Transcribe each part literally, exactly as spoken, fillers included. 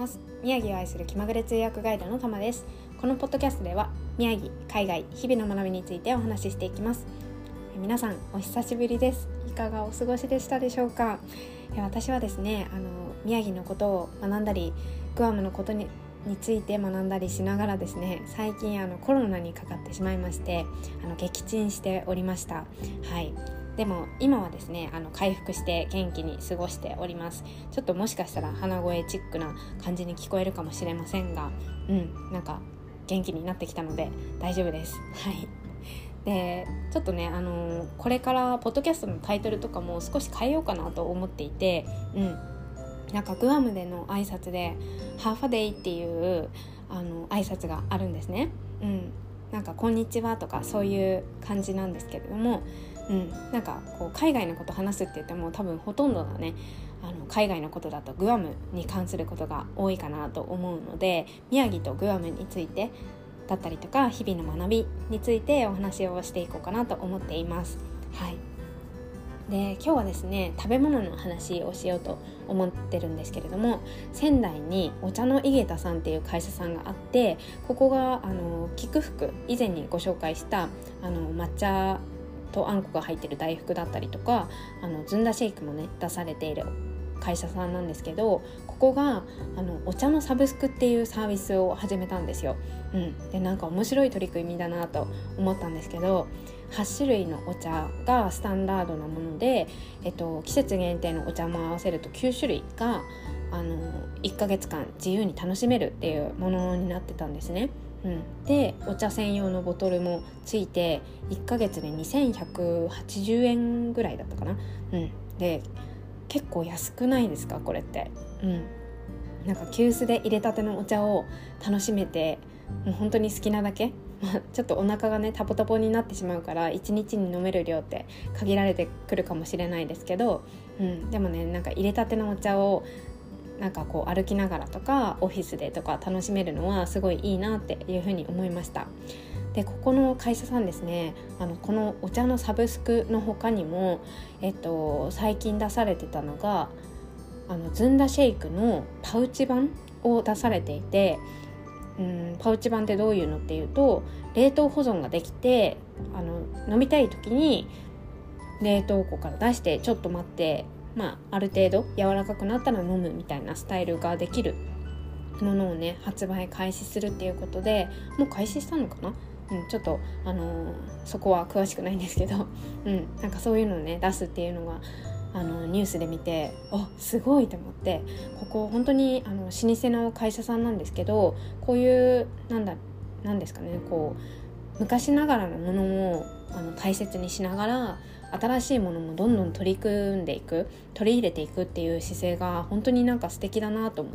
ます。宮城を愛する気まぐれ通訳ガイドのたまです。このポッドキャストでは宮城、海外、日々の学びについてお話ししていきます。皆さんお久しぶりです。いかがお過ごしでしたでしょうか。私はですねあの宮城のことを学んだりグアムのことにについて学んだりしながらですね最近あのコロナにかかってしまいましてあの撃沈しておりました。はいでも今はですねあの回復して元気に過ごしております。ちょっともしかしたら鼻声チックな感じに聞こえるかもしれませんがうんなんか元気になってきたので大丈夫です。はいでちょっとね、あのー、これからポッドキャストのタイトルとかも少し変えようかなと思っていて、うん、なんかグアムでの挨拶でハーファデイっていうあの挨拶があるんですね。うん、なんかこんにちはとかそういう感じなんですけれども、うん、なんかこう海外のこと話すって言っても多分ほとんどがねあの海外のことだとグアムに関することが多いかなと思うので宮城とグアムについてだったりとか日々の学びについてお話をしていこうかなと思っています。はいで今日はですね食べ物の話をしようと思ってるんですけれども、仙台にお茶の井桁さんっていう会社さんがあって、ここがあの菊福以前にご紹介したあの抹茶とあんこが入ってる大福だったりとかあのずんだシェイクもね出されている会社さんなんですけど、ここがあのお茶のサブスクっていうサービスを始めたんですよ。うん、でなんか面白い取り組みだなと思ったんですけど、はち種類のお茶がスタンダードなもので、えっと、季節限定のお茶も合わせるときゅう種類があのいっかげつかん自由に楽しめるっていうものになってたんですね。うん、でお茶専用のボトルもついていっかげつでにせんひゃくはちじゅうえんぐらいだったかな。うん、で結構安くないですかこれって。うん、なんか急須で入れたてのお茶を楽しめてもう本当に好きなだけちょっとお腹がねタポタポになってしまうからいちにちに飲める量って限られてくるかもしれないですけど、うん、でもねなんか入れたてのお茶をなんかこう歩きながらとかオフィスでとか楽しめるのはすごいいいなっていうふうに思いました。でここの会社さんですねあのこのお茶のサブスクの他にも、えっと、最近出されてたのがあのずんだシェイクのパウチ版を出されていて、うんパウチ版ってどういうのっていうと冷凍保存ができてあの飲みたい時に冷凍庫から出してちょっと待って、まあ、ある程度柔らかくなったら飲むみたいなスタイルができるものをね発売開始するっていうことでもう開始したのかな、うん、ちょっと、あのー、そこは詳しくないんですけど、うん、なんかそういうのをね出すっていうのがあのニュースで見てあすごいと思って、ここ本当にあの老舗の会社さんなんですけどこういうなんだなんですかねこう昔ながらのものをあの大切にしながら新しいものもどんどん取り組んでいく取り入れていくっていう姿勢が本当になんか素敵だなと思って、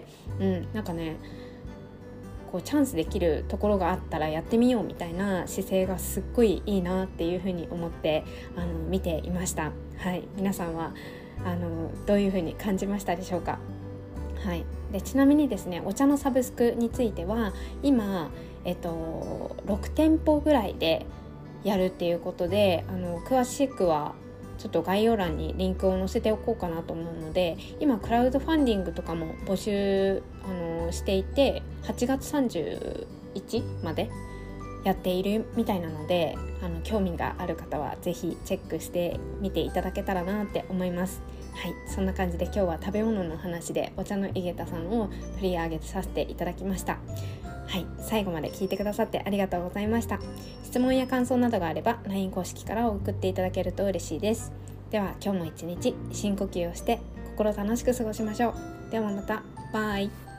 うん、なんかねこうチャンスできるところがあったらやってみようみたいな姿勢がすっごいいいなっていうふうに思ってあの見ていました。はい、皆さんはあのどういうふうに感じましたでしょうか。はい、でちなみにですねお茶のサブスクについては今、えっと、ろくてんぽぐらいでやるっていうことであの詳しくはちょっと概要欄にリンクを載せておこうかなと思うので、今クラウドファンディングとかも募集あのしていてはちがつさんじゅういちまでやっているみたいなのであの興味がある方はぜひチェックしてみていただけたらなって思います。はい、そんな感じで今日は食べ物の話でお茶の井桁さんを取り上げさせていただきました。はい、最後まで聞いてくださってありがとうございました。質問や感想などがあれば ライン 公式から送っていただけると嬉しいです。では今日も一日深呼吸をして心楽しく過ごしましょう。ではまた。バイ。